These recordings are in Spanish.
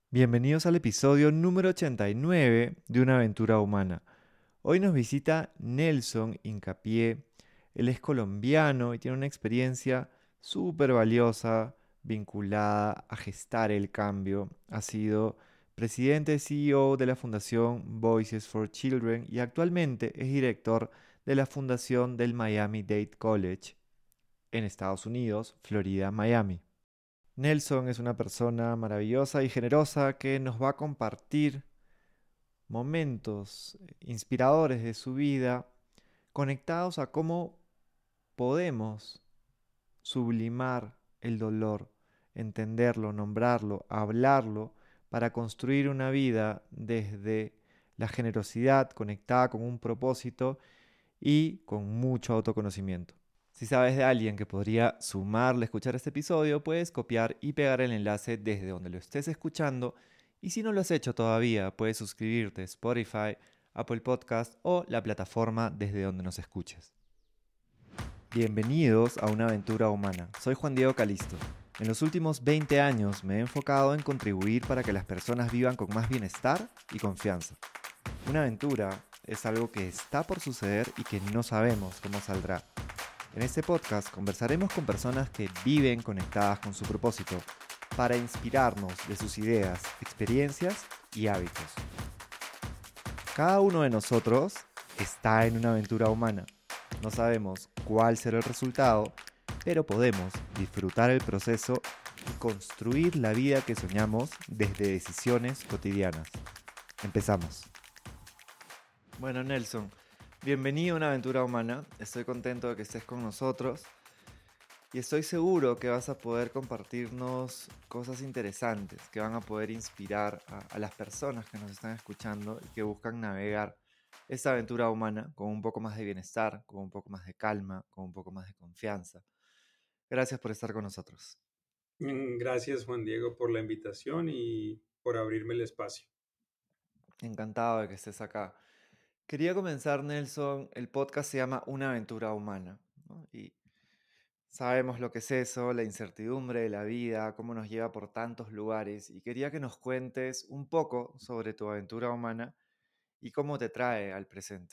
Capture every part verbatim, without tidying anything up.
Bienvenidos al episodio número ochenta y nueve de Una aventura humana. Hoy nos visita Nelson Hincapié. Él es colombiano y tiene una experiencia súper valiosa vinculada a gestar el cambio. Ha sido presidente C E O de la Fundación Voices for Children y actualmente es director de la Fundación del Miami-Dade College en Estados Unidos, Florida, Miami. Nelson es una persona maravillosa y generosa que nos va a compartir momentos inspiradores de su vida conectados a cómo podemos sublimar el dolor, entenderlo, nombrarlo, hablarlo, para construir una vida desde la generosidad conectada con un propósito y con mucho autoconocimiento. Si sabes de alguien que podría sumarle a escuchar este episodio, puedes copiar y pegar el enlace desde donde lo estés escuchando. Y si no lo has hecho todavía, puedes suscribirte a Spotify, Apple Podcast o la plataforma desde donde nos escuches. Bienvenidos a una aventura humana. Soy Juan Diego Calisto. En los últimos veinte años me he enfocado en contribuir para que las personas vivan con más bienestar y confianza. Una aventura es algo que está por suceder y que no sabemos cómo saldrá. En este podcast conversaremos con personas que viven conectadas con su propósito para inspirarnos de sus ideas, experiencias y hábitos. Cada uno de nosotros está en una aventura humana. No sabemos cuál será el resultado, pero podemos disfrutar el proceso y construir la vida que soñamos desde decisiones cotidianas. Empezamos. Bueno, Nelson, bienvenido a una aventura humana. Estoy contento de que estés con nosotros y estoy seguro que vas a poder compartirnos cosas interesantes que van a poder inspirar a, a las personas que nos están escuchando y que buscan navegar esta aventura humana con un poco más de bienestar, con un poco más de calma, con un poco más de confianza. Gracias por estar con nosotros. Mm, Gracias, Juan Diego, por la invitación y por abrirme el espacio. Encantado de que estés acá. Quería comenzar, Nelson. El podcast se llama Una aventura humana, ¿no? Y sabemos lo que es eso, la incertidumbre de la vida, cómo nos lleva por tantos lugares, y quería que nos cuentes un poco sobre tu aventura humana y cómo te trae al presente.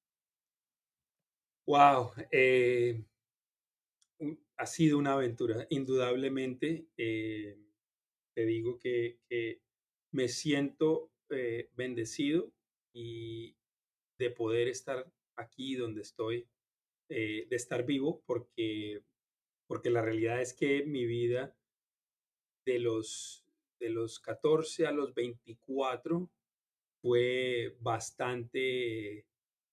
Wow, eh, un- ha sido una aventura. Indudablemente, eh, te digo que, que me siento eh, bendecido y de poder estar aquí donde estoy, eh, de estar vivo, porque, porque la realidad es que mi vida de los, de los catorce a los veinticuatro fue bastante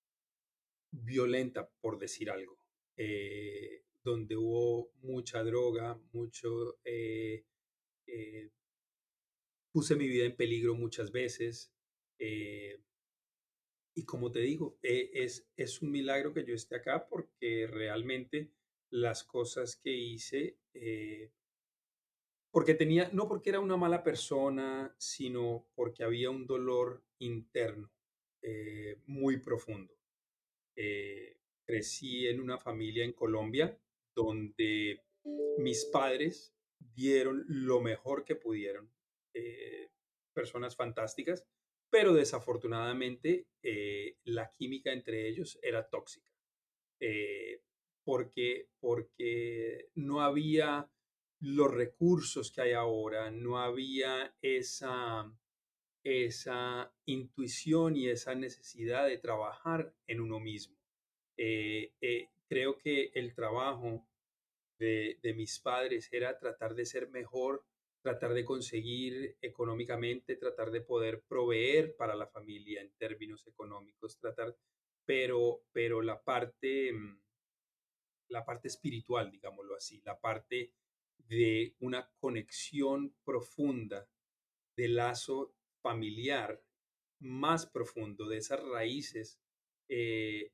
violenta, por decir algo, eh, donde hubo mucha droga, mucho, eh, eh, puse mi vida en peligro muchas veces. eh, y como te digo, eh, es, es un milagro que yo esté acá porque realmente las cosas que hice, eh, porque tenía, no porque era una mala persona, sino porque había un dolor interno eh, muy profundo. Eh, Crecí en una familia en Colombia donde mis padres dieron lo mejor que pudieron, eh, personas fantásticas, pero desafortunadamente eh, la química entre ellos era tóxica, eh, porque, porque no había los recursos que hay ahora, no había esa, esa intuición y esa necesidad de trabajar en uno mismo. Eh, eh, creo que el trabajo de, de mis padres era tratar de ser mejor, tratar de conseguir económicamente, tratar de poder proveer para la familia en términos económicos, tratar, pero, pero la parte, mm, la parte espiritual, digámoslo así, la parte de una conexión profunda, de lazo familiar más profundo, de esas raíces, eh,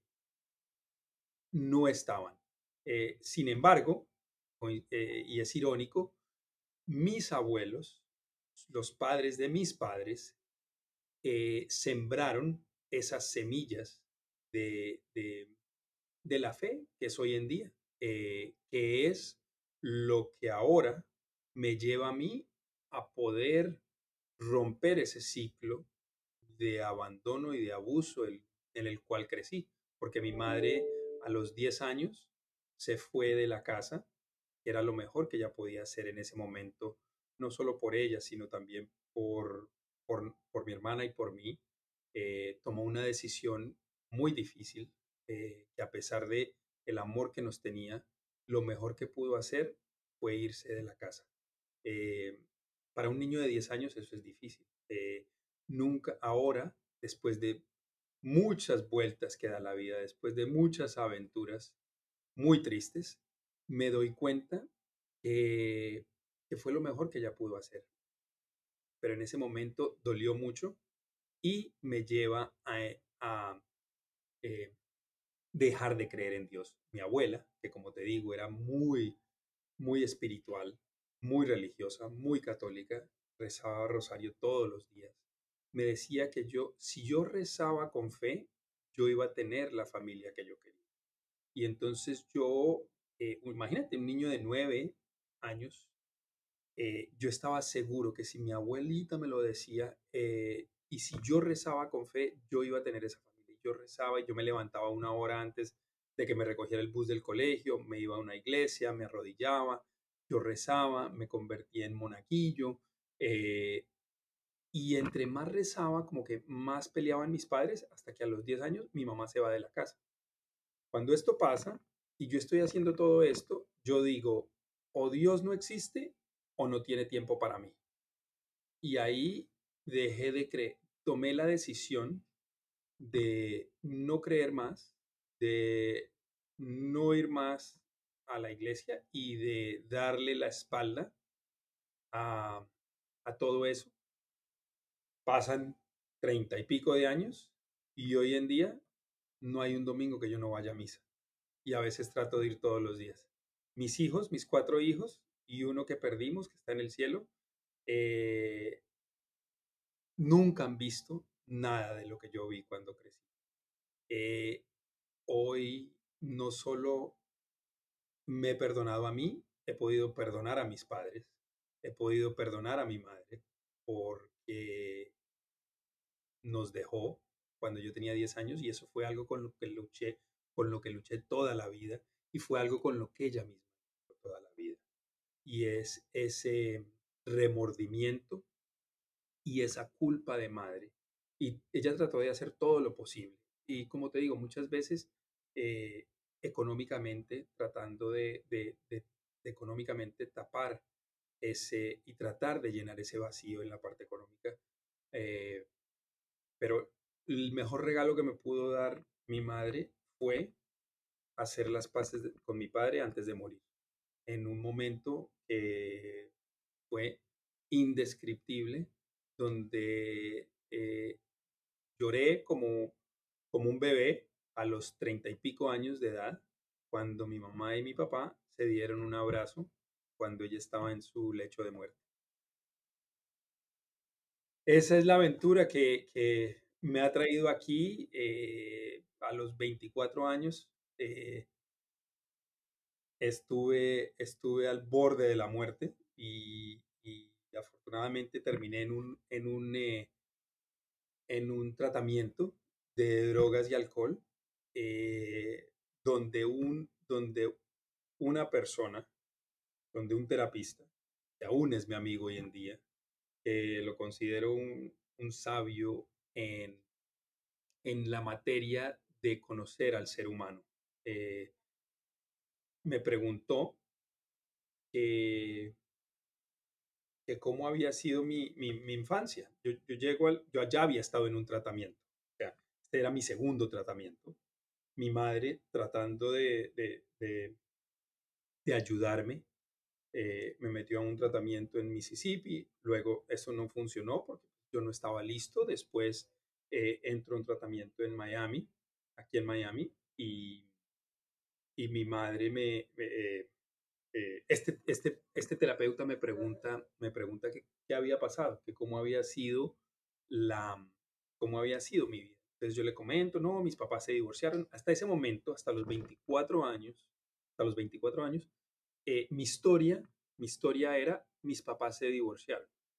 no estaban. Eh, sin embargo, coi- eh, y es irónico, mis abuelos, los padres de mis padres, eh, sembraron esas semillas de, de- de la fe que es hoy en día, eh, que es lo que ahora me lleva a mí a poder romper ese ciclo de abandono y de abuso el- en el cual crecí, porque mi madre a los diez años se fue de la casa, que era lo mejor que ella podía hacer en ese momento, no solo por ella, sino también por, por, por mi hermana y por mí. Eh, tomó una decisión muy difícil, eh, que a pesar de el amor que nos tenía, lo mejor que pudo hacer fue irse de la casa. Eh, para un niño de diez años eso es difícil. Eh, nunca, ahora, después de muchas vueltas que da la vida, después de muchas aventuras muy tristes, me doy cuenta que, que fue lo mejor que ella pudo hacer. Pero en ese momento dolió mucho y me lleva a, a, eh, dejar de creer en Dios. Mi abuela, que como te digo, era muy, muy espiritual, muy religiosa, muy católica, rezaba rosario todos los días. Me decía que yo, si yo rezaba con fe, yo iba a tener la familia que yo quería. Y entonces yo, eh, imagínate, un niño de nueve años, eh, yo estaba seguro que si mi abuelita me lo decía, eh, y si yo rezaba con fe, yo iba a tener esa familia. Yo rezaba y yo me levantaba una hora antes de que me recogiera el bus del colegio, me iba a una iglesia, me arrodillaba, yo rezaba, me convertía en monaguillo, eh, y entre más rezaba, como que más peleaban mis padres, hasta que a los diez años mi mamá se va de la casa. Cuando esto pasa y yo estoy haciendo todo esto, yo digo, o Dios no existe o no tiene tiempo para mí. Y ahí dejé de creer, tomé la decisión de no creer más, de no ir más a la iglesia y de darle la espalda a, a todo eso. Pasan treinta y pico de años y hoy en día no hay un domingo que yo no vaya a misa. Y a veces trato de ir todos los días. Mis hijos, mis cuatro hijos y uno que perdimos, que está en el cielo, eh, nunca han visto nada de lo que yo vi cuando crecí. Eh, Hoy no solo me he perdonado a mí, he podido perdonar a mis padres, he podido perdonar a mi madre porque nos dejó cuando yo tenía diez años y eso fue algo con lo que luché, con lo que luché toda la vida y fue algo con lo que ella misma luchó toda la vida. Y es ese remordimiento y esa culpa de madre. Y ella trató de hacer todo lo posible. Y como te digo, muchas veces eh, económicamente, tratando de, de, de, de económicamente tapar ese y tratar de llenar ese vacío en la parte económica. Eh, pero el mejor regalo que me pudo dar mi madre fue hacer las paces de- con mi padre antes de morir, en un momento que fue indescriptible, donde eh, lloré como, como un bebé a los treinta y pico años de edad, cuando mi mamá y mi papá se dieron un abrazo cuando ella estaba en su lecho de muerte. Esa es la aventura que, que me ha traído aquí eh, a los veinticuatro años. eh, estuve, estuve al borde de la muerte y, y afortunadamente terminé en un, en un, eh, en un tratamiento de drogas y alcohol, eh, donde, un, donde una persona, donde un terapista, que aún es mi amigo hoy en día, que lo considero un, un sabio en, en la materia de conocer al ser humano, eh, me preguntó que que cómo había sido mi, mi, mi infancia. Yo, yo, llego al, yo ya había estado en un tratamiento, o sea, este era mi segundo tratamiento. Mi madre tratando de, de, de, de ayudarme, eh, me metió a un tratamiento en Mississippi, luego eso no funcionó porque yo no estaba listo, después eh, entró un tratamiento en Miami, aquí en Miami, y, y mi madre me, me eh, eh, este, este, este terapeuta me pregunta, me pregunta que, qué había pasado, que cómo había sido la, cómo había sido mi vida. Entonces yo le comento, no, mis papás se divorciaron. Hasta ese momento, hasta los veinticuatro años, hasta los veinticuatro años, eh, mi historia, mi historia era, mis papás se divorciaron.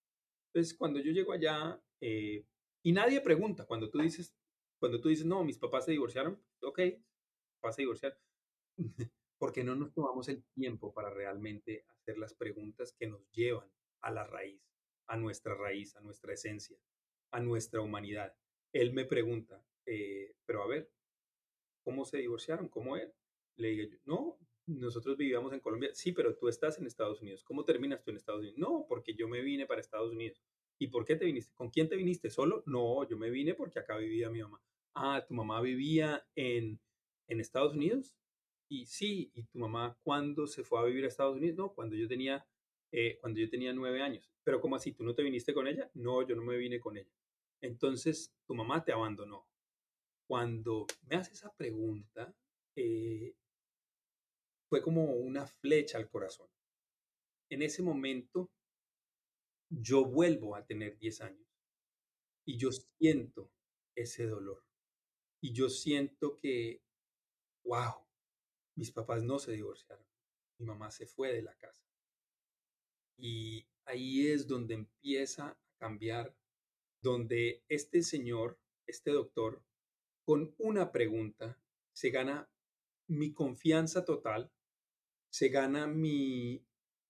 Entonces, cuando yo llego allá, eh, y nadie pregunta, cuando tú dices cuando tú dices: "No, mis papás se divorciaron", okey, papás se divorciaron, porque no nos tomamos el tiempo para realmente hacer las preguntas que nos llevan a la raíz, a nuestra raíz, a nuestra esencia, a nuestra humanidad. Él me pregunta, eh, pero a ver, ¿cómo se divorciaron? ¿Cómo era? Le digo yo, no, nosotros vivíamos en Colombia. Sí, pero tú estás en Estados Unidos. ¿Cómo terminas tú en Estados Unidos? No, porque yo me vine para Estados Unidos. ¿Y por qué te viniste? ¿Con quién te viniste? ¿Solo? No, yo me vine porque acá vivía mi mamá. Ah, ¿tu mamá vivía en, en Estados Unidos? Y sí, ¿y tu mamá cuándo se fue a vivir a Estados Unidos? No, cuando yo tenía, eh, cuando yo tenía nueve años. Pero ¿cómo así? ¿Tú no te viniste con ella? No, yo no me vine con ella. Entonces, tu mamá te abandonó. Cuando me hace esa pregunta, eh, fue como una flecha al corazón. En ese momento, yo vuelvo a tener diez años y yo siento ese dolor. Y yo siento que, wow, mis papás no se divorciaron. Mi mamá se fue de la casa. Y ahí es donde empieza a cambiar, donde este señor, este doctor, con una pregunta, se gana mi confianza total, se gana mi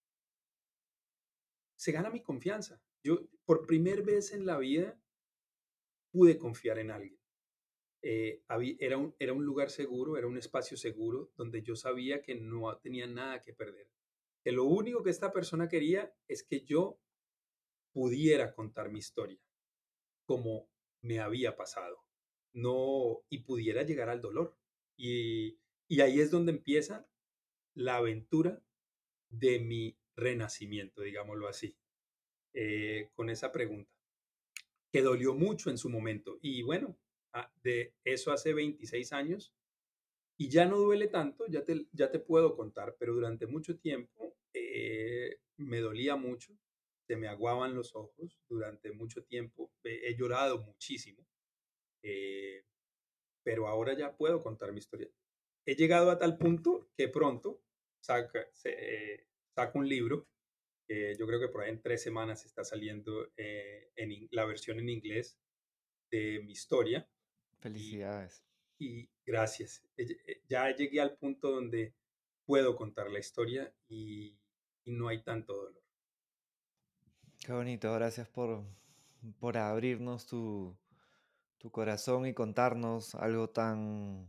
se gana mi confianza. Yo, por primera vez en la vida, pude confiar en alguien. Eh, habí- era un, era un lugar seguro, era un espacio seguro donde yo sabía que no tenía nada que perder. Que lo único que esta persona quería es que yo pudiera contar mi historia, como me había pasado, no, y pudiera llegar al dolor. Y, y ahí es donde empieza la aventura de mi renacimiento, digámoslo así, eh, con esa pregunta, que dolió mucho en su momento. Y bueno, ah, de eso hace veintiséis años y ya no duele tanto, ya te, ya te puedo contar, pero durante mucho tiempo eh, me dolía mucho, se me aguaban los ojos, durante mucho tiempo eh, he llorado muchísimo, eh, pero ahora ya puedo contar mi historia. He llegado a tal punto que pronto saca, se, eh, saco un libro. Eh, yo creo que por ahí en tres semanas está saliendo eh, en in- la versión en inglés de mi historia y, Felicidades. y gracias. Eh, eh, Ya llegué al punto donde puedo contar la historia y, y no hay tanto dolor. Qué bonito, gracias por, por abrirnos tu, tu corazón y contarnos algo tan,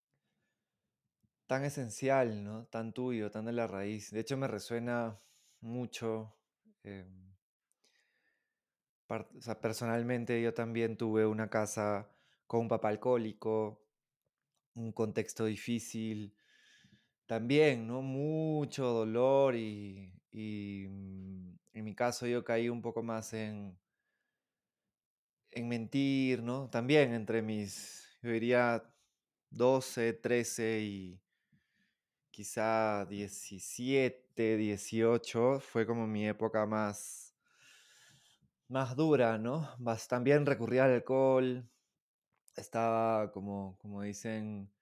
tan esencial, ¿no? Tan tuyo, tan de la raíz. De hecho, me resuena mucho. eh, par- o sea, personalmente, yo también tuve una casa con un papá alcohólico, un contexto difícil, también, ¿no? Mucho dolor y, y, mm, en mi caso yo caí un poco más en, en mentir, ¿no? También entre mis, yo diría, doce trece y quizá diecisiete dieciocho fue como mi época más, más dura, ¿no? Bas- también recurría al alcohol, estaba como, como dicen,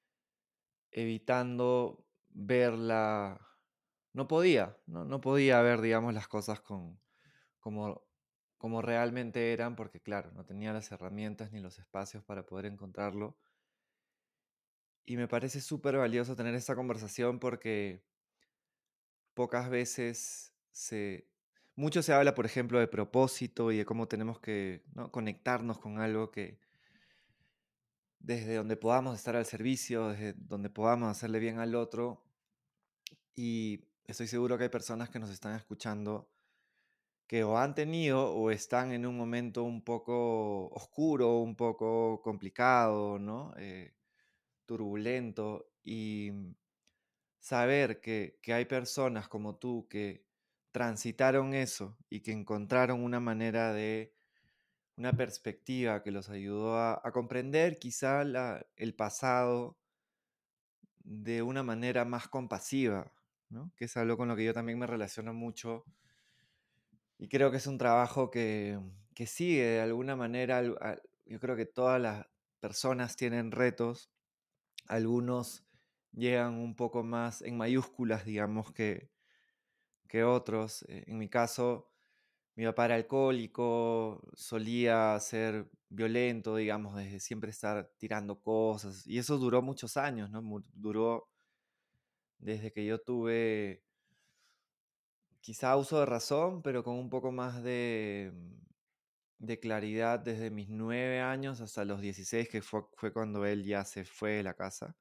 evitando verla, no podía, no, no podía ver, digamos, las cosas con, como, como realmente eran, porque claro, no tenía las herramientas ni los espacios para poder encontrarlo. Y me parece súper valioso tener esta conversación porque pocas veces se... Mucho se habla, por ejemplo, de propósito y de cómo tenemos que, ¿no?, conectarnos con algo que desde donde podamos estar al servicio, desde donde podamos hacerle bien al otro. Y estoy seguro que hay personas que nos están escuchando que o han tenido o están en un momento un poco oscuro, un poco complicado, ¿no? Eh, turbulento. Y saber que, que hay personas como tú que transitaron eso y que encontraron una manera de, una perspectiva que los ayudó a, a comprender quizá la- el pasado de una manera más compasiva, ¿no? Que es algo con lo que yo también me relaciono mucho y creo que es un trabajo que, que sigue de alguna manera. al- al- Yo creo que todas las personas tienen retos, algunos llegan un poco más en mayúsculas, digamos, que, que otros. Eh, En mi caso, Mi papá era alcohólico, solía ser violento, digamos, desde siempre estar tirando cosas. Y eso duró muchos años, ¿no? Mu- Duró desde que yo tuve quizá uso de razón, pero con un poco más de, mm, de claridad desde mis nueve años hasta los dieciséis, que fue, fue cuando él ya se fue de la casa.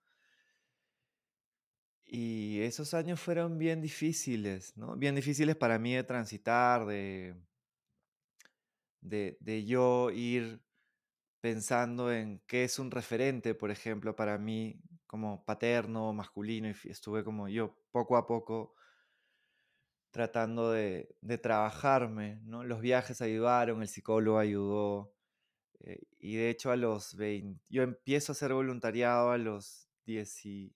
Y esos años fueron bien difíciles, ¿no? Bien difíciles para mí de transitar, de, de, de yo ir pensando en qué es un referente, por ejemplo, para mí como paterno, masculino, y estuve como yo poco a poco tratando de, de trabajarme, ¿no? Los viajes ayudaron, el psicólogo ayudó, eh, y de hecho a los veinte, yo empiezo a hacer voluntariado a los dieciséis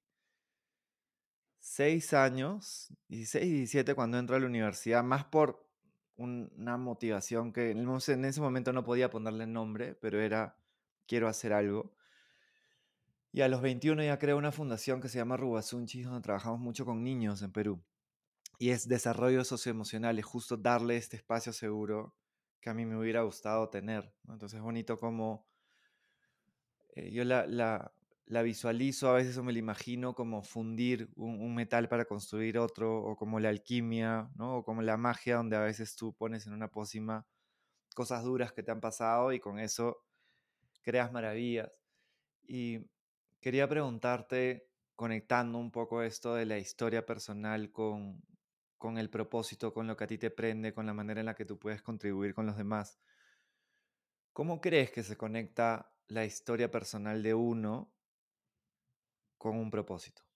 años, dieciséis, diecisiete cuando entro a la universidad, más por un- una motivación que en el mo- en ese momento no podía ponerle nombre, pero era quiero hacer algo. Y a los veintiuno ya creo una fundación que se llama Rubasunchi, donde trabajamos mucho con niños en Perú. Y es desarrollo socioemocional, es justo darle este espacio seguro que a mí me hubiera gustado tener, ¿no? Entonces es bonito como eh, yo la, la, la visualizo, a veces o me la imagino como fundir un, un metal para construir otro, o como la alquimia, ¿no? O como la magia, donde a veces tú pones en una pócima cosas duras que te han pasado y con eso creas maravillas. Y quería preguntarte, conectando un poco esto de la historia personal con, con el propósito, con lo que a ti te prende, con la manera en la que tú puedes contribuir con los demás, ¿cómo crees que se conecta la historia personal de uno con un propósito?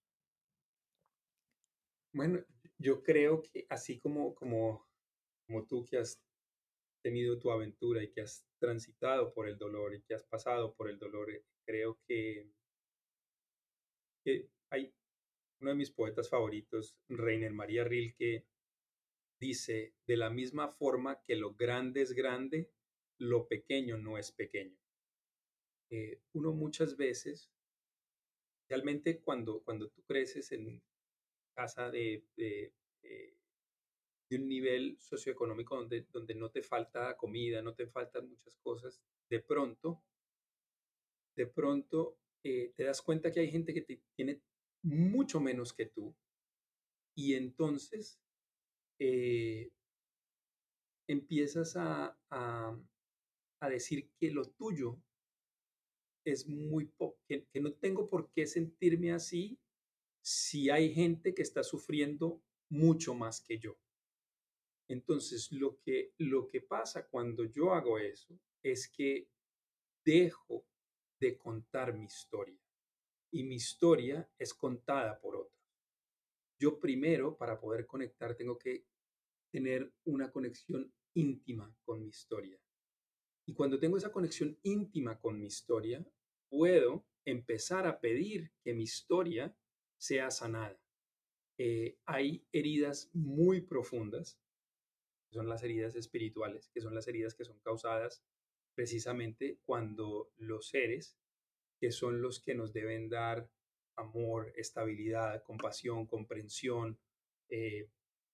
Bueno, yo creo que así como, como, como tú que has tenido tu aventura y que has transitado por el dolor y que has pasado por el dolor, eh, creo que, que hay uno de mis poetas favoritos, Reiner María Rilke, dice, de la misma forma que lo grande es grande, lo pequeño no es pequeño. Eh, uno muchas veces, realmente cuando, cuando tú creces en casa de, de, eh, de un nivel socioeconómico donde, donde no te falta comida, no te faltan muchas cosas, de pronto, de pronto eh, te das cuenta que hay gente que te- tiene mucho menos que tú y entonces eh, empiezas a, a- a decir que lo tuyo es muy poco, que, que no tengo por qué sentirme así si hay gente que está sufriendo mucho más que yo. Entonces, lo que, lo que pasa cuando yo hago eso es que dejo de contar mi historia y mi historia es contada por otros. Yo primero, para poder conectar, tengo que tener una conexión íntima con mi historia. Y cuando tengo esa conexión íntima con mi historia, puedo empezar a pedir que mi historia sea sanada. Eh, hay heridas muy profundas, que son las heridas espirituales, que son las heridas que son causadas precisamente cuando los seres, que son los que nos deben dar amor, estabilidad, compasión, comprensión, eh,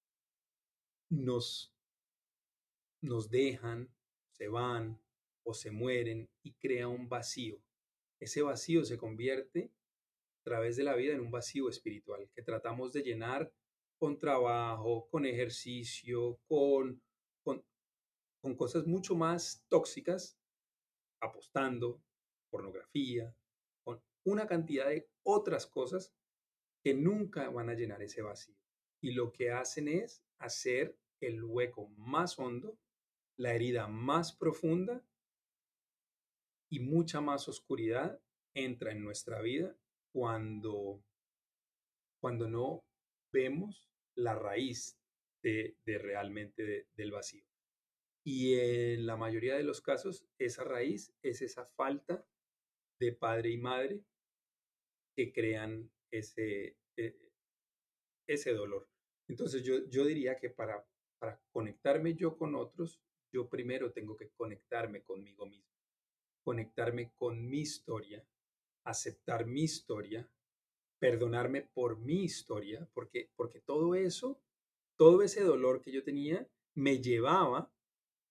nos, nos dejan, se van o se mueren y crea un vacío. Ese vacío se convierte a través de la vida en un vacío espiritual que tratamos de llenar con trabajo, con ejercicio, con, con, con cosas mucho más tóxicas, apostando, pornografía, con una cantidad de otras cosas que nunca van a llenar ese vacío. Y lo que hacen es hacer el hueco más hondo, la herida más profunda y mucha más oscuridad entra en nuestra vida cuando, cuando no vemos la raíz de, de realmente de- del vacío. Y en la mayoría de los casos, esa raíz es esa falta de padre y madre que crean ese, e- ese dolor. Entonces yo, yo diría que para, para conectarme yo con otros, yo primero tengo que conectarme conmigo mismo, conectarme con mi historia, aceptar mi historia, perdonarme por mi historia, porque, porque todo eso, todo ese dolor que yo tenía, me llevaba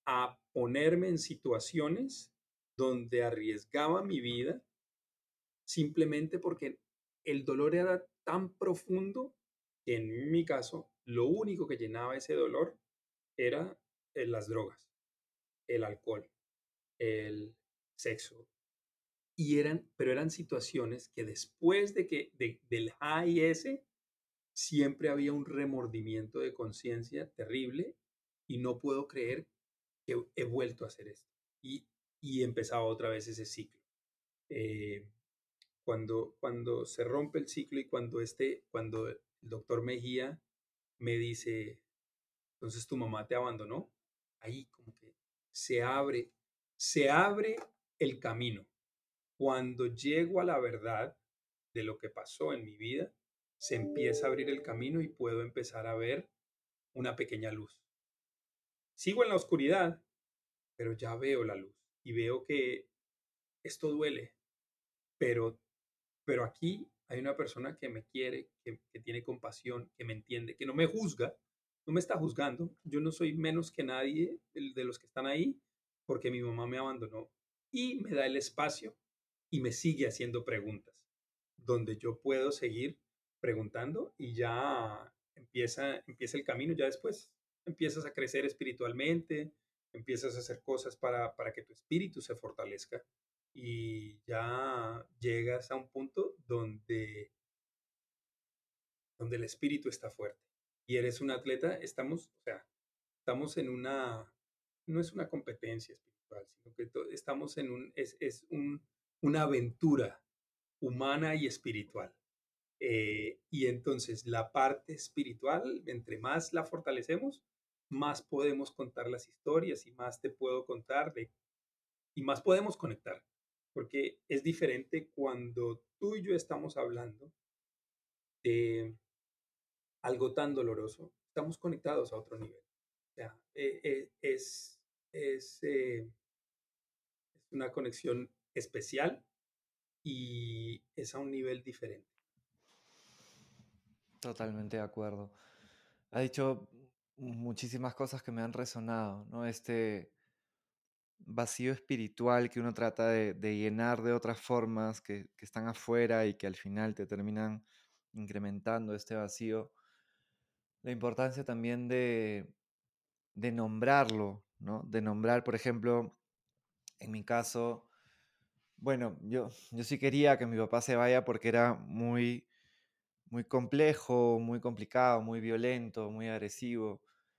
a ponerme en situaciones donde arriesgaba mi vida simplemente porque el dolor era tan profundo que en mi caso lo único que llenaba ese dolor era eh, las drogas, el alcohol, el sexo. Y eran, pero eran situaciones que después de que de- del high ese, siempre había un remordimiento de conciencia terrible y no puedo creer que he vuelto a hacer esto. Y, y empezaba otra vez ese ciclo. Eh, cuando, cuando se rompe el ciclo y cuando, este, cuando el doctor Mejía me dice, entonces tu mamá te abandonó, ahí como que se abre, se abre el camino. Cuando llego a la verdad de lo que pasó en mi vida, se empieza a abrir el camino y puedo empezar a ver una pequeña luz. Sigo en la oscuridad, pero ya veo la luz y veo que esto duele, pero, pero aquí hay una persona que me quiere, que, que tiene compasión, que me entiende, que no me juzga, no me está juzgando. Yo no soy menos que nadie de, de los que están ahí porque mi mamá me abandonó y me da el espacio y me sigue haciendo preguntas, donde yo puedo seguir preguntando y ya empieza, empieza el camino, ya después empiezas a crecer espiritualmente, empiezas a hacer cosas para, para que tu espíritu se fortalezca y ya llegas a un punto donde, donde el espíritu está fuerte y eres un atleta, estamos, o sea, estamos en una, no es una competencia espiritual, sino que to- estamos en un, es, es un, una aventura humana y espiritual. Eh, y entonces la parte espiritual, entre más la fortalecemos, más podemos contar las historias y más te puedo contar de, y más podemos conectar. Porque es diferente cuando tú y yo estamos hablando de algo tan doloroso, estamos conectados a otro nivel. O sea, eh, eh, es, es, eh, es una conexión especial y es a un nivel diferente. Totalmente de acuerdo. Ha dicho muchísimas cosas que me han resonado, ¿no? Este vacío espiritual que uno trata de, de llenar de otras formas que, que están afuera y que al final te terminan incrementando este vacío. La importancia también de, de nombrarlo, ¿no? De nombrar, por ejemplo, en mi caso, bueno, yo, yo sí quería que mi papá se vaya porque era muy, muy complejo, muy complicado, muy violento, muy agresivo.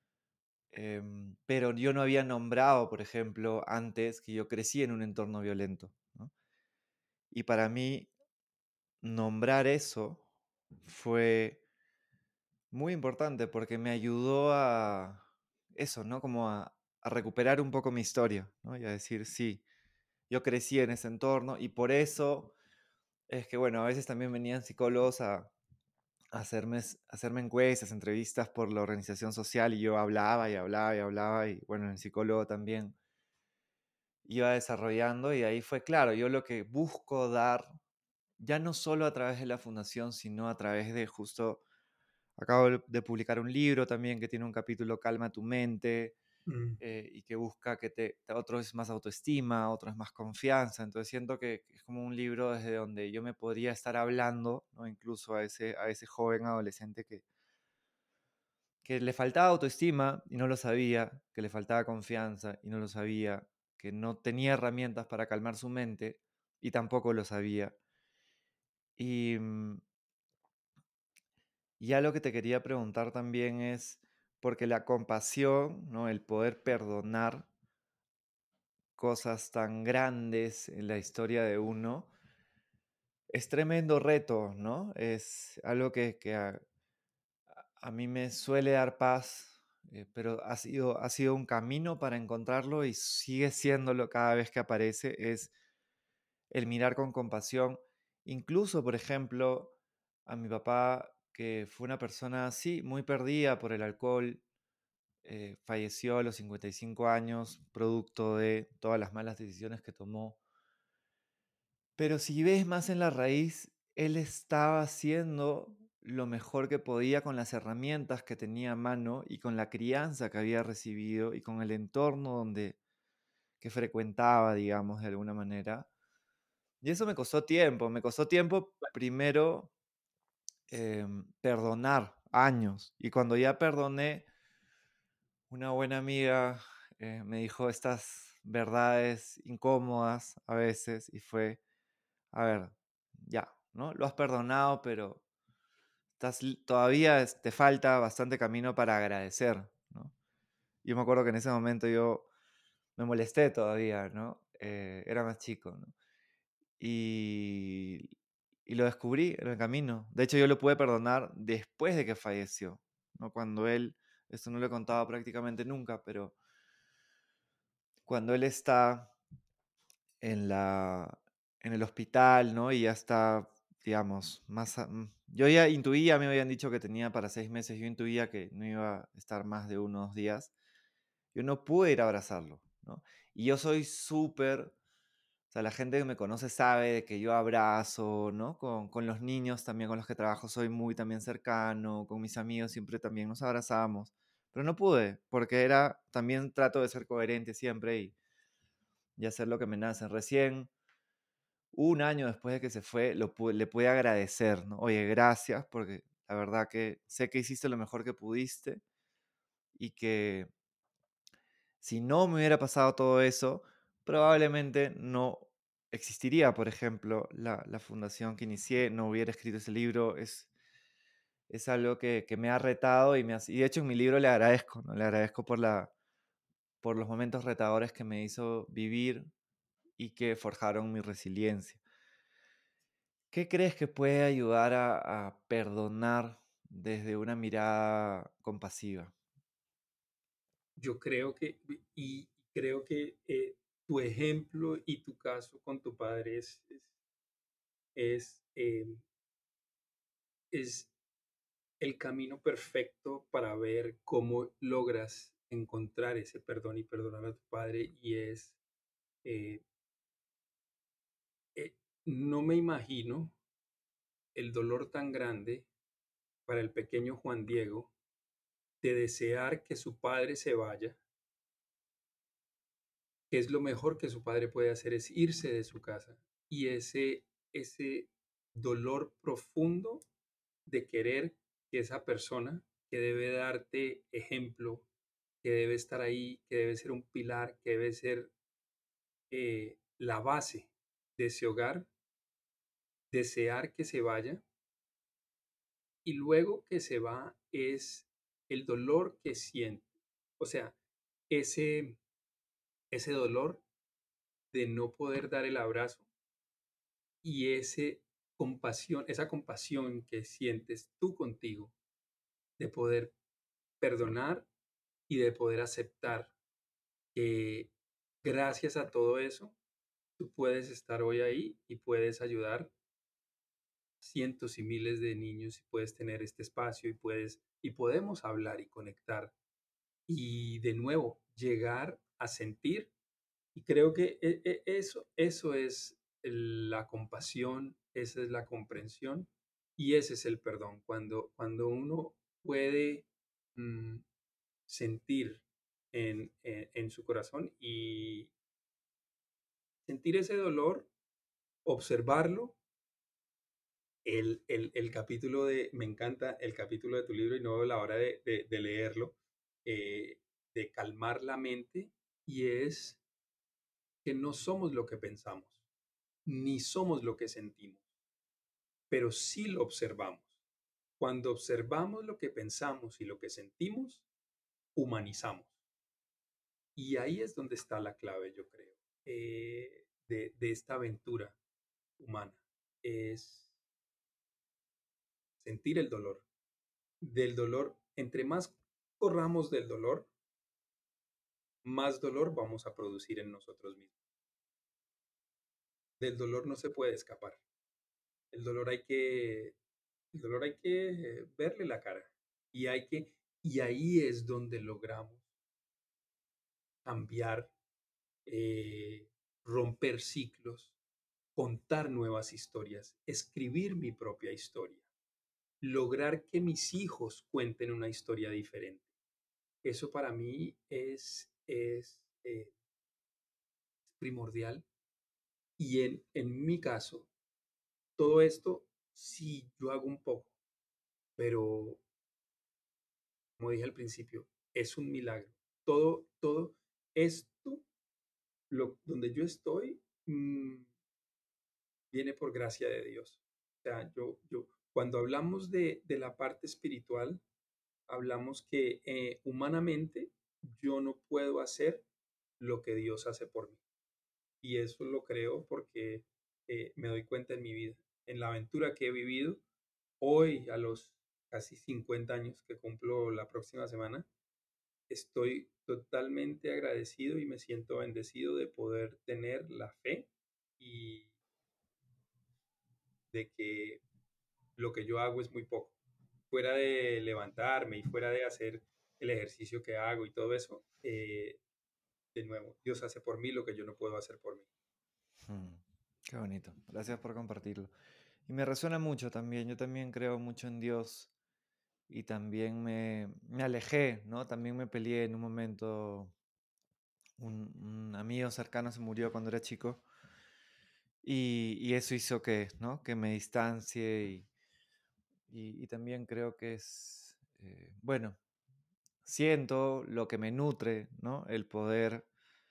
Em, pero yo no había nombrado, por ejemplo, antes que yo crecí en un entorno violento, ¿no? Y para mí, nombrar eso fue muy importante porque me ayudó a eso, ¿no? Como a, a recuperar un poco mi historia, ¿no? Y a decir, sí, yo crecí en ese entorno y por eso es que, bueno, a veces también venían psicólogos a, a hacerme, a hacerme encuestas, entrevistas por la organización social y yo hablaba y hablaba y hablaba y, bueno, el psicólogo también iba desarrollando y ahí fue claro, yo lo que busco dar, ya no solo a través de la fundación, sino a través de justo, acabo de de publicar un libro también que tiene un capítulo Calma tu mente, Mm, eh, y que busca que te, te- otro es más autoestima, otro es más confianza, entonces siento que es como un libro desde donde yo me podría estar hablando, ¿no? Incluso a ese, a ese joven adolescente que, que le faltaba autoestima y no lo sabía, que le faltaba confianza y no lo sabía, que no tenía herramientas para calmar su mente y tampoco lo sabía. Y mm, ya lo que te quería preguntar también es, porque la compasión, ¿no? El poder perdonar cosas tan grandes en la historia de uno, es tremendo reto, ¿no? Es algo que, que a, a mí me suele dar paz, eh, pero ha sido, ha sido un camino para encontrarlo y sigue siéndolo cada vez que aparece, es el mirar con compasión. Incluso, por ejemplo, a mi papá, que fue una persona así, muy perdida por el alcohol, eh, falleció a los cincuenta y cinco años, producto de todas las malas decisiones que tomó. Pero si ves más en la raíz, él estaba haciendo lo mejor que podía con las herramientas que tenía a mano y con la crianza que había recibido y con el entorno donde que frecuentaba, digamos, de alguna manera. Y eso me costó tiempo, me costó tiempo primero em, perdonar años. Y cuando ya perdoné, una buena amiga eh, me dijo estas verdades incómodas a veces y fue, a ver, ya, ¿no? Lo has perdonado, pero estás, li- todavía es- te falta bastante camino para agradecer, ¿no? Yo me acuerdo que en ese momento yo me molesté todavía, ¿no? Eh, era más chico, ¿no? Y, y lo descubrí en el camino. De hecho, yo lo pude perdonar después de que falleció, ¿no? Cuando él, esto no lo he contado prácticamente nunca, pero cuando él está en la, en el hospital, ¿no? Y ya está, digamos, más... a- mm, yo ya intuía, me habían dicho que tenía para seis meses, yo intuía que no iba a estar más de unos días. Yo no pude ir a abrazarlo, ¿no? Y yo soy súper, o sea, la gente que me conoce sabe de que yo abrazo, ¿no? Con, con los niños también con los que trabajo soy muy también cercano, con mis amigos siempre también nos abrazamos, pero no pude, porque era, también trato de ser coherente siempre y, y hacer lo que me nace. Recién, un año después de que se fue, lo pu- le pude agradecer, ¿no? Oye, gracias, porque la verdad que sé que hiciste lo mejor que pudiste y que si no me hubiera pasado todo eso, probablemente no existiría, por ejemplo, la, la fundación que inicié, no hubiera escrito ese libro. Es, es algo que, que me ha retado y, me ha- y de hecho en mi libro le agradezco, ¿no? Le agradezco por, la, por los momentos retadores que me hizo vivir y que forjaron mi resiliencia. ¿Qué crees que puede ayudar a, a perdonar desde una mirada compasiva? Yo creo que, y creo que eh, tu ejemplo y tu caso con tu padre es, es, es, eh, es el camino perfecto para ver cómo logras encontrar ese perdón y perdonar a tu padre. Y es, eh, eh, no me imagino el dolor tan grande para el pequeño Juan Diego de desear que su padre se vaya, que es lo mejor que su padre puede hacer es irse de su casa. Y ese, ese dolor profundo de querer que esa persona que debe darte ejemplo, que debe estar ahí, que debe ser un pilar, que debe ser eh, la base de ese hogar, desear que se vaya y luego que se va es el dolor que siente. O sea, ese, ese dolor de no poder dar el abrazo y ese compasión, esa compasión que sientes tú contigo de poder perdonar y de poder aceptar que gracias a todo eso tú puedes estar hoy ahí y puedes ayudar cientos y miles de niños y puedes tener este espacio y puedes y podemos hablar y conectar y de nuevo llegar a sentir y creo que e- e- eso eso es el- la compasión, esa es la comprensión y ese es el perdón cuando cuando uno puede mm, sentir en, en en su corazón y sentir ese dolor, observarlo. El, el, el capítulo de, me encanta el capítulo de tu libro y no veo la hora de, de- de leerlo, eh, de calmar la mente y es que no somos lo que pensamos, ni somos lo que sentimos, pero sí lo observamos. Cuando observamos lo que pensamos y lo que sentimos, humanizamos. Y ahí es donde está la clave, yo creo, eh, de, de esta aventura humana, es sentir el dolor. Del dolor, entre más corramos del dolor, más dolor vamos a producir en nosotros mismos. Del dolor no se puede escapar. El dolor hay que, el dolor hay que eh, verle la cara y hay que, y ahí es donde logramos cambiar, eh, romper ciclos, contar nuevas historias, escribir mi propia historia. lograr que mis hijos cuenten una historia diferente. Eso para mí es, es eh, primordial. Y en, en mi caso, todo esto, sí, yo hago un poco, pero como dije al principio, es un milagro. Todo, todo esto, lo, donde yo estoy, mm, viene por gracia de Dios. O sea, yo, yo, cuando hablamos de, de la parte espiritual, hablamos que eh, humanamente yo no puedo hacer lo que Dios hace por mí. Y eso lo creo porque eh, me doy cuenta en mi vida, en la aventura que he vivido. Hoy, a los casi cincuenta años que cumplo la próxima semana, estoy totalmente agradecido y me siento bendecido de poder tener la fe y de que lo que yo hago es muy poco. Fuera de levantarme y fuera de hacer el ejercicio que hago y todo eso, eh, de nuevo, Dios hace por mí lo que yo no puedo hacer por mí. Mm, qué bonito. Gracias por compartirlo. Y me resuena mucho también. Yo también creo mucho en Dios y también me, me alejé, ¿no? También me peleé en un momento. Un, un amigo cercano se murió cuando era chico y, y eso hizo que, ¿no? Que me distancie y, y- y también creo que es, eh, bueno, siento lo que me nutre, ¿no? El poder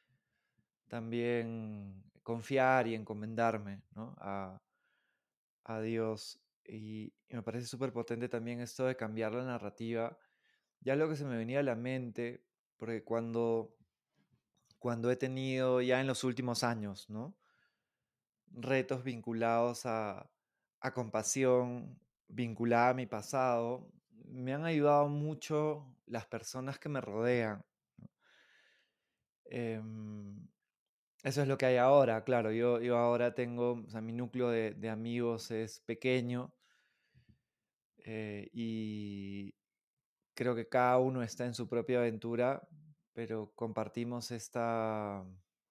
también confiar y encomendarme, ¿no? a, a Dios. Y, y me parece súper potente también esto de cambiar la narrativa. Ya lo que se me venía a la mente, porque cuando, cuando he tenido ya en los últimos años, ¿no? Retos vinculados a, a compasión, vinculada a mi pasado, me han ayudado mucho las personas que me rodean. ¿No? Em, Eso es lo que hay ahora, claro. Yo, yo ahora tengo, o sea, mi núcleo de, de amigos es pequeño eh, y creo que cada uno está en su propia aventura, pero compartimos esta,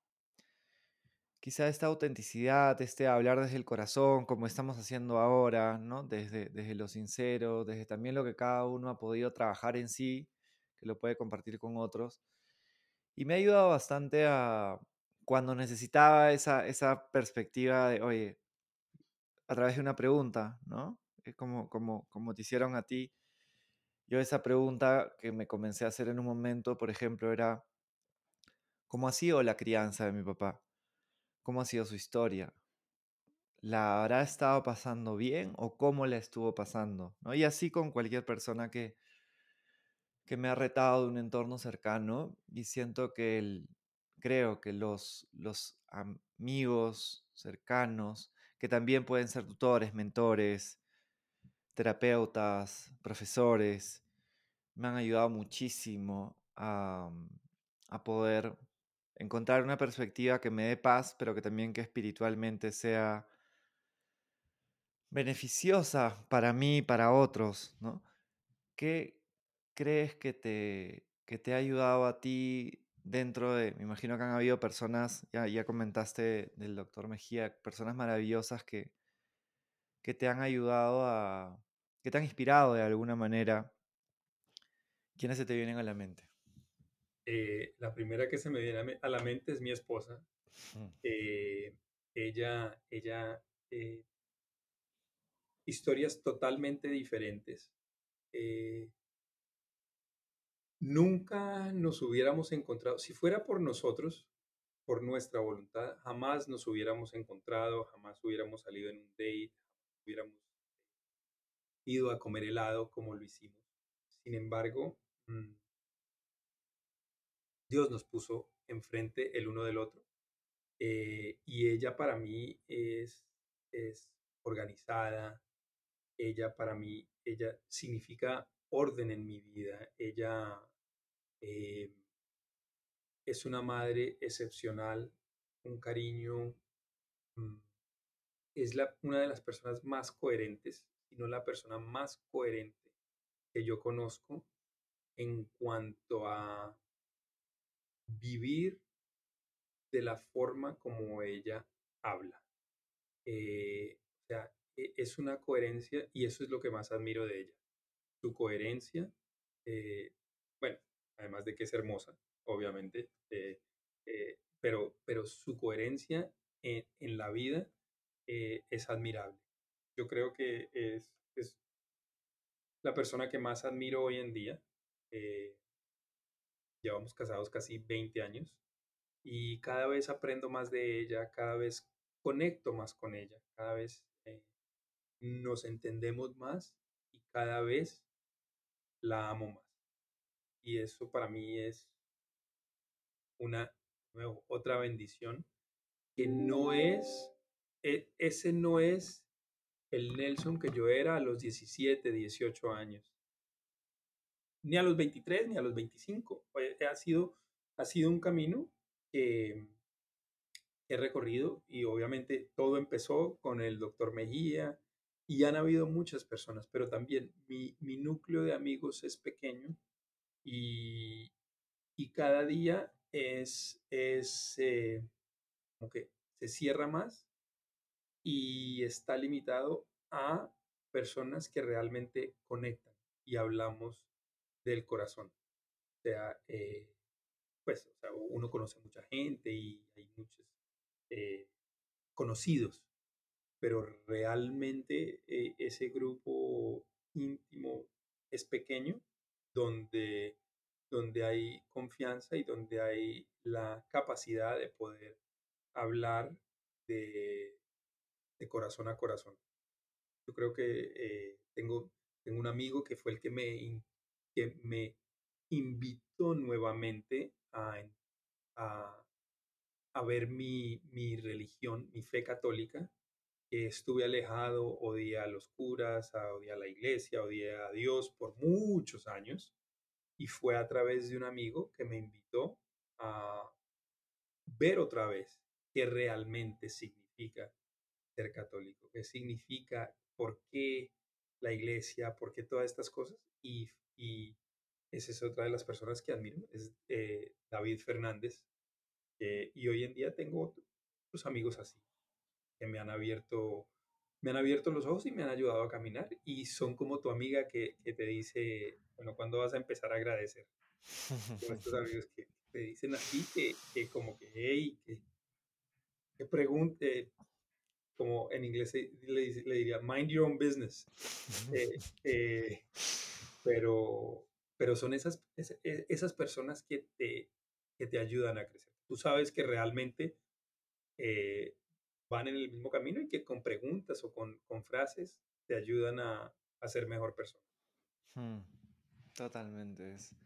quizá esta autenticidad, este hablar desde el corazón, como estamos haciendo ahora, ¿no? Desde, desde lo sincero, desde también lo que cada uno ha podido trabajar en sí, que lo puede compartir con otros. Y me ha ayudado bastante a, cuando necesitaba esa, esa perspectiva de, oye, a través de una pregunta, ¿no? Es como, como, como te hicieron a ti. Yo esa pregunta que me comencé a hacer en un momento, por ejemplo, era, ¿cómo ha sido la crianza de mi papá? ¿Cómo ha sido su historia? ¿La habrá estado pasando bien o cómo la estuvo pasando? ¿No? Y así con cualquier persona que, que me ha retado de un entorno cercano y siento que el, creo que los, los amigos cercanos, que también pueden ser tutores, mentores, terapeutas, profesores, me han ayudado muchísimo a, a poder encontrar una perspectiva que me dé paz, pero que también que espiritualmente sea beneficiosa para mí y para otros, ¿no? ¿Qué crees que te, que te ha ayudado a ti dentro de, me imagino que han habido personas, ya, ya comentaste del doctor Mejía, personas maravillosas que, que te han ayudado a, que te han inspirado de alguna manera? ¿Quiénes se te vienen a la mente? Eh, la primera que se me viene a, me- a la mente es mi esposa. Mm, Eh, ella, ella, eh, historias totalmente diferentes. Eh, Nunca nos hubiéramos encontrado, si fuera por nosotros, por nuestra voluntad, jamás nos hubiéramos encontrado, jamás hubiéramos salido en un date, hubiéramos ido a comer helado como lo hicimos. Sin embargo, mm, Dios nos puso enfrente el uno del otro. Eh, y ella para mí es, es organizada, ella para mí, ella significa orden en mi vida, ella eh, es una madre excepcional, un cariño, mm, es la, una de las personas más coherentes, si no la persona más coherente que yo conozco en cuanto a vivir de la forma como ella habla. Eh, o sea, e- es una coherencia y eso es lo que más admiro de ella. Su coherencia, eh, bueno, además de que es hermosa, obviamente, eh, eh, pero, pero su coherencia en, en la vida eh, es admirable. Yo creo que es, es la persona que más admiro hoy en día. Eh, Llevamos casados casi veinte años y cada vez aprendo más de ella, cada vez conecto más con ella, cada vez eh, nos entendemos más y cada vez la amo más. Y eso para mí es una, nuevo, otra bendición que no es, e- ese no es el Nelson que yo era a los diecisiete dieciocho años, ni a los veintitrés ni a los veinticinco. Pues, Ha sido, ha sido un camino que he recorrido y obviamente todo empezó con el doctor Mejía y han habido muchas personas, pero también mi, mi núcleo de amigos es pequeño y, y cada día es, es eh, como que se cierra más y está limitado a personas que realmente conectan y hablamos del corazón. O sea, eh, pues o sea, uno conoce mucha gente y hay muchos eh, conocidos, pero realmente eh, ese grupo íntimo es pequeño, donde, donde hay confianza y donde hay la capacidad de poder hablar de, de corazón a corazón. Yo creo que eh, tengo, tengo un amigo que fue el que me, in- que me invitó nuevamente a, a, a ver mi, mi religión, mi fe católica. Que estuve alejado, odié a los curas, a- odié a la iglesia, odié a Dios por muchos años. Y fue a través de un amigo que me invitó a ver otra vez qué realmente significa ser católico, qué significa, por qué la iglesia, por qué todas estas cosas. Y, y esa es otra de las personas que admiro, es eh, David Fernández. Eh, y hoy en día tengo otros amigos así, que me han abierto, me han abierto los ojos y me han ayudado a caminar. Y son como tu amiga que, que te dice, bueno, ¿cuándo vas a empezar a agradecer? Como estos amigos que te dicen así, que, que como que, hey, que, que pregunte, como en inglés se- le, dice- le diría, mind your own business. Eh, eh, pero, pero son esas, es- e- esas personas que te, que te ayudan a crecer. Tú sabes que realmente eh, van en el mismo camino y que con preguntas o con, con frases te ayudan a, a ser mejor persona. Hmm, totalmente. Es.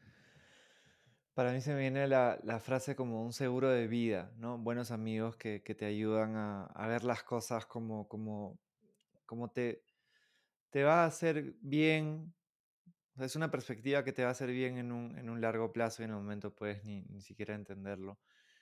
Para mí se me viene la, la frase como un seguro de vida, ¿no? Buenos amigos que, que te ayudan a, a ver las cosas como, como, como te, te va a hacer bien. O sea, es una perspectiva que te va a hacer bien en un, en un largo plazo y en el momento puedes ni, ni siquiera entenderlo.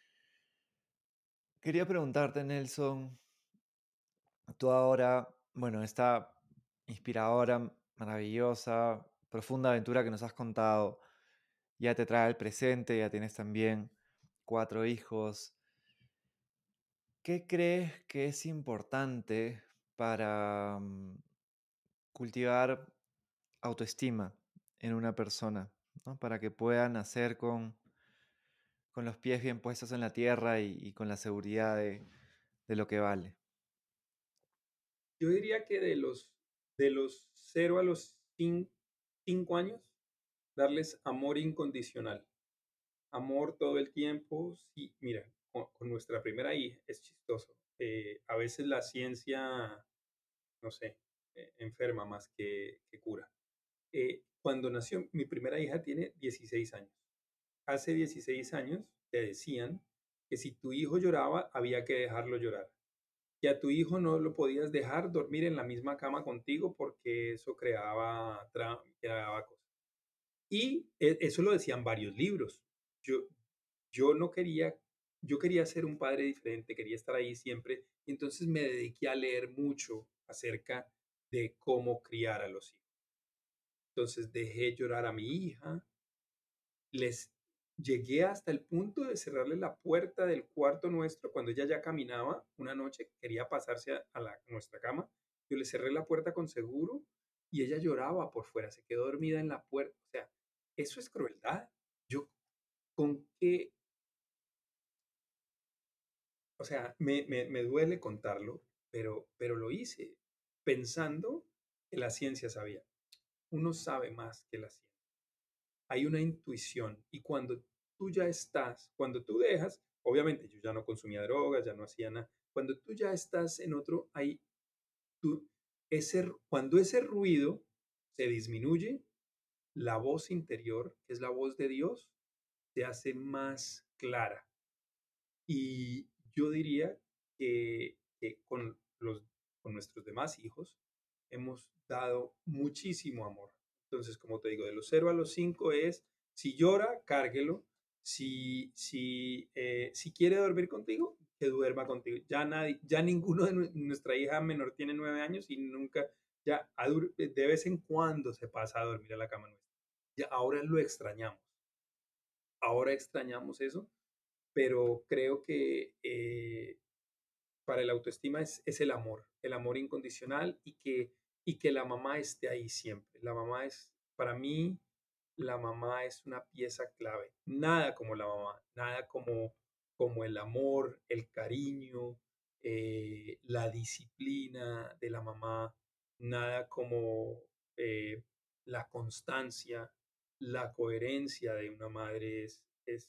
Quería preguntarte, Nelson, tú ahora, bueno, esta inspiradora, maravillosa, profunda aventura que nos has contado, ya te trae al presente, ya tienes también cuatro hijos. ¿Qué crees que es importante para mm, cultivar autoestima en una persona, ¿no? Para que pueda nacer con, con los pies bien puestos en la tierra y, y con la seguridad de, de lo que vale? Yo diría que de los, de los cero a los cinco años, darles amor incondicional. Amor todo el tiempo. Sí, mira, con, con nuestra primera hija es chistoso. Eh, a veces la ciencia, no sé, eh, enferma más que, que cura. Eh, cuando nació, mi primera hija tiene dieciséis años. Hace dieciséis años te decían que si tu hijo lloraba, había que dejarlo llorar. Que a tu hijo no lo podías dejar dormir en la misma cama contigo porque eso creaba, tra- creaba cosas. Y e- eso lo decían varios libros. Yo, yo no quería, yo quería ser un padre diferente, quería estar ahí siempre. Y entonces me dediqué a leer mucho acerca de cómo criar a los hijos. Entonces dejé llorar a mi hija, les llegué hasta el punto de cerrarle la puerta del cuarto nuestro cuando ella ya caminaba una noche, quería pasarse a, a la, nuestra cama Yo le cerré la puerta con seguro y ella lloraba por fuera, se quedó dormida en la puerta. O sea, eso es crueldad. Yo, ¿con qué? O sea, me, me, me duele contarlo, pero, pero lo hice pensando que la ciencia sabía. Uno sabe más que la ciencia. Hay una intuición y cuando tú ya estás, cuando tú dejas, obviamente yo ya no consumía drogas, ya no hacía nada, cuando tú ya estás en otro, hay tú, ese, cuando ese ruido se disminuye, la voz interior, que es la voz de Dios, se hace más clara. Y yo diría que, que con, los, con nuestros demás hijos hemos dado muchísimo amor. Entonces, como te digo, de los cero a los cinco es, si llora, cárguelo. Si, si, eh, si quiere dormir contigo, que duerma contigo. Ya, nadie, ya ninguno de nu- nuestra hija menor tiene nueve años y nunca, ya a dur- de vez en cuando se pasa a dormir a la cama nuestra. Ya ahora lo extrañamos. Ahora extrañamos eso, pero creo que eh, para el autoestima es, es el amor, el amor incondicional y que, y que la mamá esté ahí siempre. La mamá es, para mí, la mamá es una pieza clave. Nada como la mamá, nada como, como el amor, el cariño, eh, la disciplina de la mamá, nada como eh, la constancia, la coherencia de una madre es, es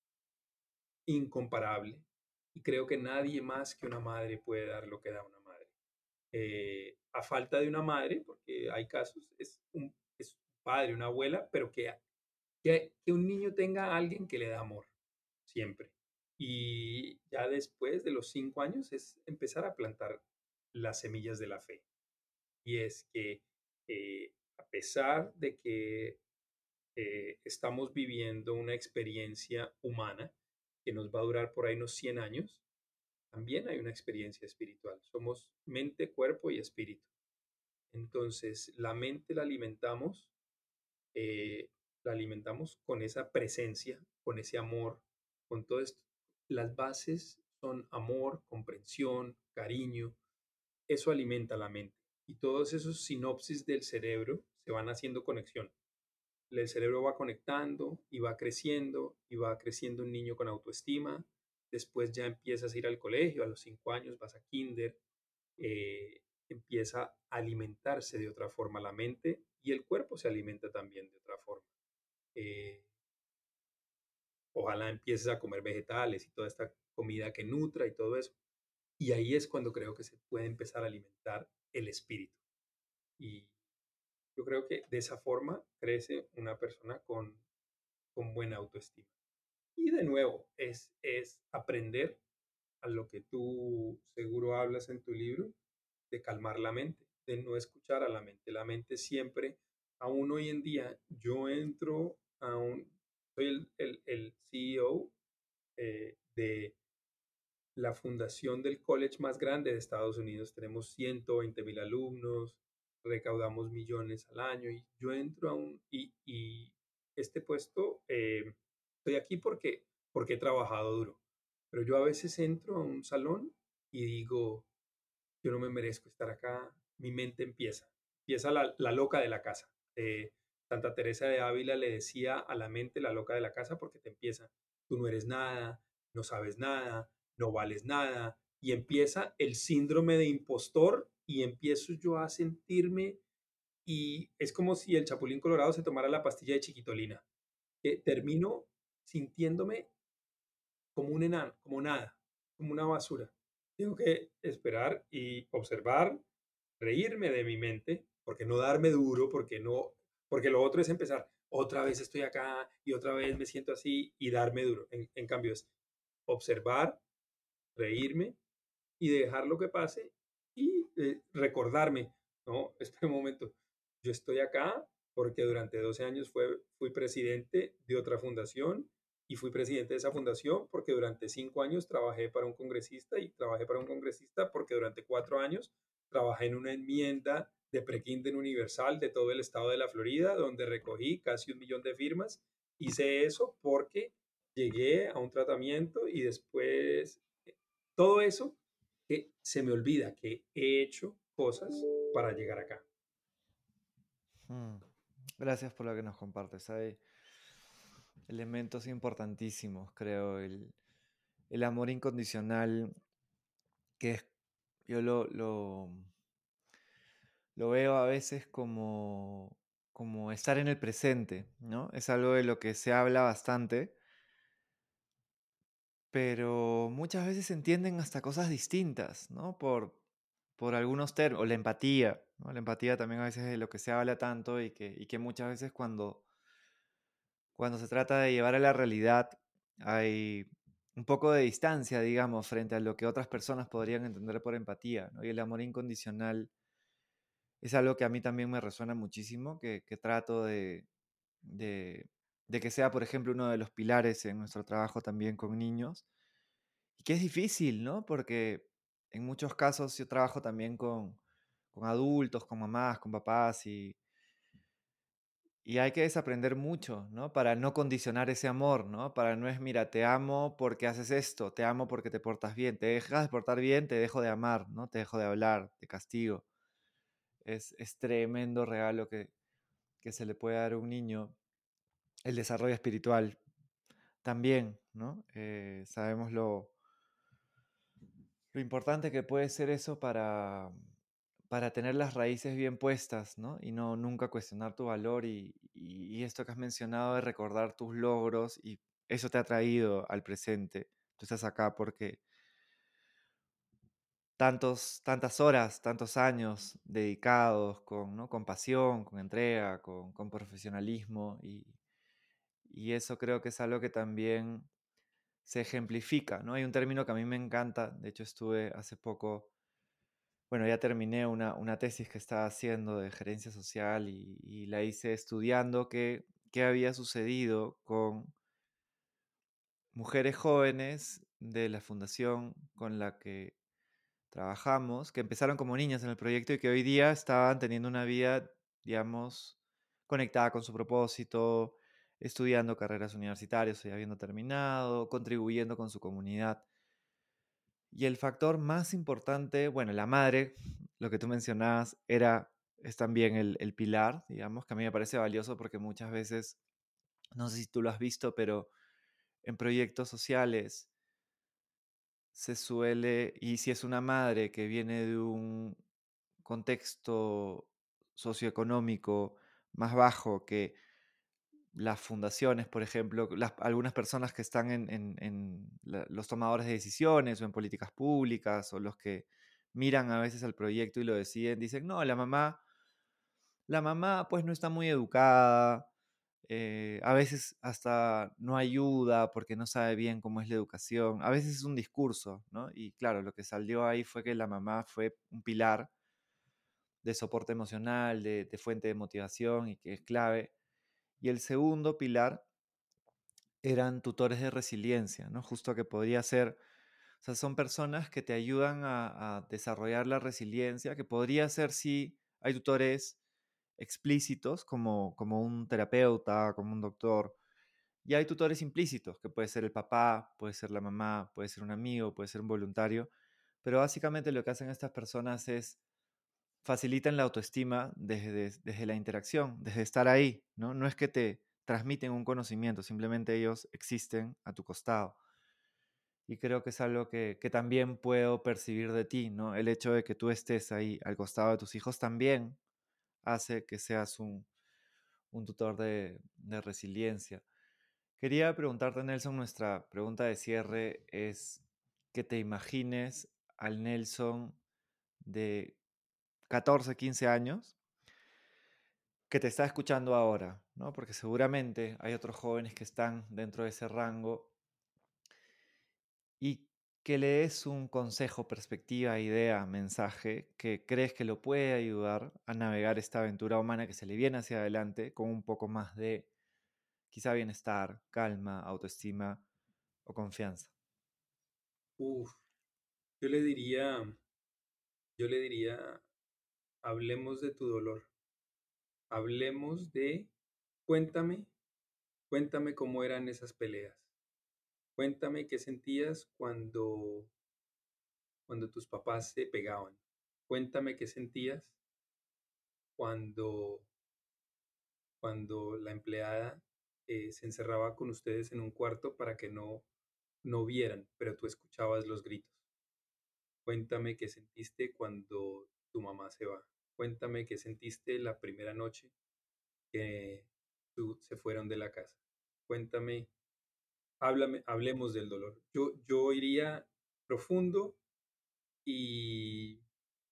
incomparable. Y creo que nadie más que una madre puede dar lo que da una madre. Eh, a falta de una madre, porque hay casos, es un, es un padre, una abuela, pero que, que, que un niño tenga a alguien que le da amor, siempre. Y ya después de los cinco años es empezar a plantar las semillas de la fe. Y es que eh, a pesar de que eh, estamos viviendo una experiencia humana que nos va a durar por ahí unos cien años, también hay una experiencia espiritual. Somos mente, cuerpo y espíritu. Entonces, la mente la alimentamos, eh, la alimentamos con esa presencia, con ese amor, con todo esto. Las bases son amor, comprensión, cariño. Eso alimenta la mente. Y todos esos sinopsis del cerebro se van haciendo conexión. El cerebro va conectando y va creciendo y va creciendo un niño con autoestima. Después ya empiezas a ir al colegio, a los cinco años vas a kinder, eh, empieza a alimentarse de otra forma la mente y el cuerpo se alimenta también de otra forma. Eh, Ojalá empieces a comer vegetales y toda esta comida que nutra y todo eso. Y ahí es cuando creo que se puede empezar a alimentar el espíritu. Y yo creo que de esa forma crece una persona con, con buena autoestima. Y de nuevo, es, es aprender a lo que tú seguro hablas en tu libro, de calmar la mente, de no escuchar a la mente. La mente siempre, aún hoy en día, yo entro a un, soy el, el, el C E O eh, de la fundación del college más grande de Estados Unidos. Tenemos ciento veinte mil alumnos, recaudamos millones al año y yo entro a un, y, y este puesto, eh, estoy aquí porque, porque he trabajado duro, pero yo a veces entro a un salón y digo, yo no me merezco estar acá, mi mente empieza, empieza la, la loca de la casa. Eh, Santa Teresa de Ávila le decía a la mente la loca de la casa porque te empieza, tú no eres nada, no sabes nada, no vales nada, y empieza el síndrome de impostor y empiezo yo a sentirme y es como si el Chapulín Colorado se tomara la pastilla de chiquitolina, que termino sintiéndome como un enano, como nada, como una basura. Tengo que esperar y observar, reírme de mi mente, porque no darme duro, porque no, porque lo otro es empezar, otra vez estoy acá y otra vez me siento así y darme duro. En, en cambio es observar, reírme y dejar lo que pase y eh, recordarme, no, espera un momento, yo estoy acá porque durante doce años fue, fui presidente de otra fundación y fui presidente de esa fundación porque durante cinco años trabajé para un congresista y trabajé para un congresista porque durante cuatro años trabajé en una enmienda de prekinder universal de todo el estado de la Florida, donde recogí casi un millón de firmas. Hice eso porque llegué a un tratamiento y después todo eso que se me olvida que he hecho cosas para llegar acá. Mm. Gracias por lo que nos compartes. Hay elementos importantísimos, creo. El, el amor incondicional, que es, yo lo, lo, lo veo a veces como, como estar en el presente, ¿no? Es algo de lo que se habla bastante, pero muchas veces se entienden hasta cosas distintas, ¿no? Por, por algunos términos, o la empatía, ¿no? La empatía también a veces es de lo que se habla tanto y que, y que muchas veces cuando, cuando se trata de llevar a la realidad hay un poco de distancia, digamos, frente a lo que otras personas podrían entender por empatía, ¿no? Y el amor incondicional es algo que a mí también me resuena muchísimo, que, que trato de, de, de que sea, por ejemplo, uno de los pilares en nuestro trabajo también con niños. Y que es difícil, ¿no? Porque en muchos casos yo trabajo también con, con adultos, con mamás, con papás, y, y hay que desaprender mucho, ¿no? Para no condicionar ese amor, ¿no? Para no es, mira, te amo porque haces esto, te amo porque te portas bien, te dejas de portar bien, te dejo de amar, ¿no? Te dejo de hablar, te castigo. Es, es tremendo regalo que, que se le puede dar a un niño. El desarrollo espiritual también, ¿no? Eh, sabemos lo, lo importante que puede ser eso para, para tener las raíces bien puestas, ¿no? Y no nunca cuestionar tu valor y, y- y esto que has mencionado de recordar tus logros y eso te ha traído al presente. Tú estás acá porque tantos, tantas horas, tantos años dedicados con, ¿no? Con pasión, con entrega, con, con profesionalismo y, y eso creo que es algo que también se ejemplifica, ¿no? Hay un término que a mí me encanta, de hecho estuve hace poco, bueno, ya terminé una, una tesis que estaba haciendo de gerencia social y, y la hice estudiando qué, qué había sucedido con mujeres jóvenes de la fundación con la que trabajamos, que empezaron como niñas en el proyecto y que hoy día estaban teniendo una vida, digamos, conectada con su propósito, estudiando carreras universitarias o ya habiendo terminado, contribuyendo con su comunidad. Y el factor más importante, bueno, la madre, lo que tú mencionabas, era, es también el, el pilar, digamos, que a mí me parece valioso porque muchas veces, no sé si tú lo has visto, pero en proyectos sociales se suele, y si es una madre que viene de un contexto socioeconómico más bajo que las fundaciones, por ejemplo, las, algunas personas que están en, en- en la- los tomadores de decisiones o en políticas públicas o los que miran a veces al proyecto y lo deciden, dicen, no, la mamá, la mamá pues no está muy educada, eh, a veces hasta no ayuda porque no sabe bien cómo es la educación, a veces es un discurso, ¿no? Y claro, lo que salió ahí fue que la mamá fue un pilar de soporte emocional, de, de fuente de motivación y que es clave. Y el segundo pilar eran tutores de resiliencia, ¿no? Justo que podría ser, o sea, son personas que te ayudan a, a desarrollar la resiliencia, que podría ser si hay tutores explícitos como, como un terapeuta, como un doctor, y hay tutores implícitos, que puede ser el papá, puede ser la mamá, puede ser un amigo, puede ser un voluntario, pero básicamente lo que hacen estas personas es facilitan la autoestima desde, desde la interacción, desde estar ahí, ¿no? No es que te transmiten un conocimiento, simplemente ellos existen a tu costado. Y creo que es algo que, que también puedo percibir de ti, ¿no? El hecho de que tú estés ahí al costado de tus hijos también hace que seas un, un tutor de, de resiliencia. Quería preguntarte, Nelson, nuestra pregunta de cierre es que te imagines al Nelson de catorce, quince años que te está escuchando ahora, ¿no? Porque seguramente hay otros jóvenes que están dentro de ese rango y que le des un consejo, perspectiva, idea, mensaje que crees que lo puede ayudar a navegar esta aventura humana que se le viene hacia adelante con un poco más de quizá bienestar, calma, autoestima o confianza. Uf, yo le diría, yo le diría, hablemos de tu dolor, hablemos de, cuéntame, cuéntame cómo eran esas peleas, cuéntame qué sentías cuando, cuando tus papás se pegaban, Cuéntame qué sentías cuando, cuando la empleada eh, se encerraba con ustedes en un cuarto para que no, no vieran, pero tú escuchabas los gritos. Cuéntame qué sentiste cuando tu mamá se va. Cuéntame qué sentiste la primera noche que tú- se fueron de la casa. Cuéntame, háblame, hablemos del dolor. Yo, yo iría profundo y,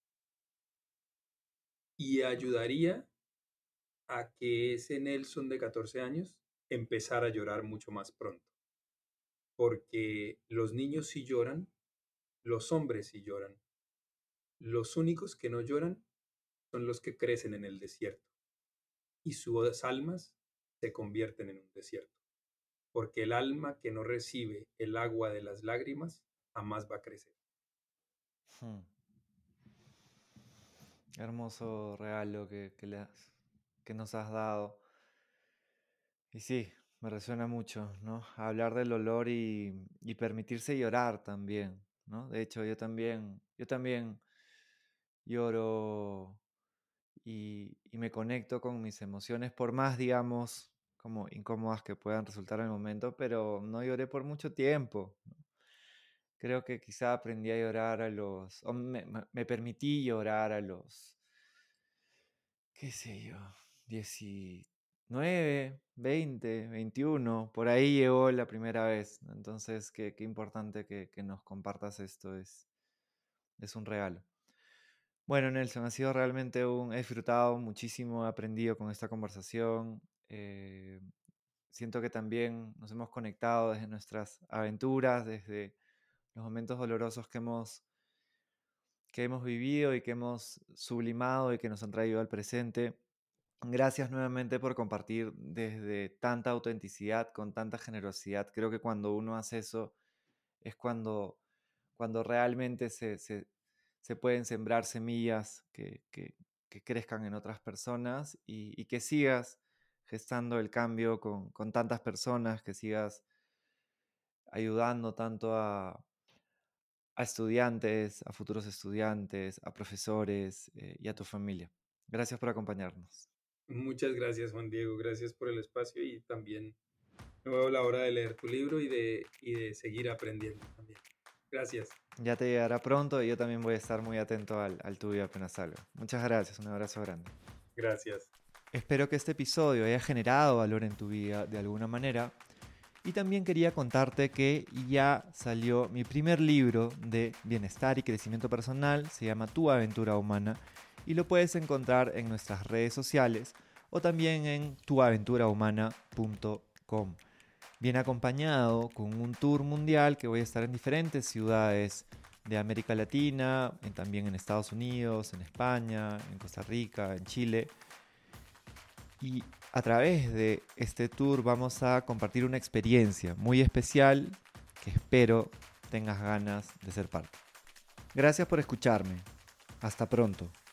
y ayudaría a que ese Nelson de catorce años empezara a llorar mucho más pronto. Porque los niños sí lloran, los hombres sí lloran. Los únicos que no lloran son los que crecen en el desierto y sus almas se convierten en un desierto. Porque el alma que no recibe el agua de las lágrimas jamás va a crecer. Hmm. Hermoso regalo que, que, le has- que nos has dado. Y sí, me resuena mucho, ¿no? Hablar del dolor y, y permitirse llorar también, ¿no? De hecho, yo también, yo también lloro y, y me conecto con mis emociones, por más, digamos, como incómodas que puedan resultar en el momento, pero no lloré por mucho tiempo. Creo que quizá aprendí a llorar a los, o me, me- me permití llorar a los, qué sé yo, diecinueve, veinte, veintiuno, por ahí llegó la primera vez, ¿no? Entonces, qué, qué importante que, que nos compartas esto, es, es un regalo. Bueno, Nelson, ha sido realmente un... He disfrutado muchísimo, he aprendido con esta conversación. eh, Siento que también nos hemos conectado desde nuestras aventuras, desde los momentos dolorosos que hemos, que hemos vivido y que hemos sublimado y que nos han traído al presente. Gracias nuevamente por compartir desde tanta autenticidad, con tanta generosidad. Creo que cuando uno hace eso es cuando, cuando realmente se, se, se pueden sembrar semillas que, que, que crezcan en otras personas y, y que sigas gestando el cambio con, con tantas personas, que sigas ayudando tanto a, a estudiantes, a futuros estudiantes, a profesores eh, y a tu familia. Gracias por acompañarnos. Muchas gracias, Juan Diego. Gracias por el espacio y también me veo la hora de leer tu libro y de, y de seguir aprendiendo también. Gracias. Ya te llegará pronto y yo también voy a estar muy atento al, al tuyo apenas salga. Muchas gracias, un abrazo grande. Gracias. Espero que este episodio haya generado valor en tu vida de alguna manera. Y también quería contarte que ya salió mi primer libro de bienestar y crecimiento personal, se llama Tu aventura humana, y lo puedes encontrar en nuestras redes sociales o también en tu aventura humana punto com. Viene acompañado con un tour mundial que voy a estar en diferentes ciudades de América Latina, en, también en Estados Unidos, en España, en Costa Rica, en Chile. Y a través de este tour vamos a compartir una experiencia muy especial que espero tengas ganas de ser parte. Gracias por escucharme. Hasta pronto.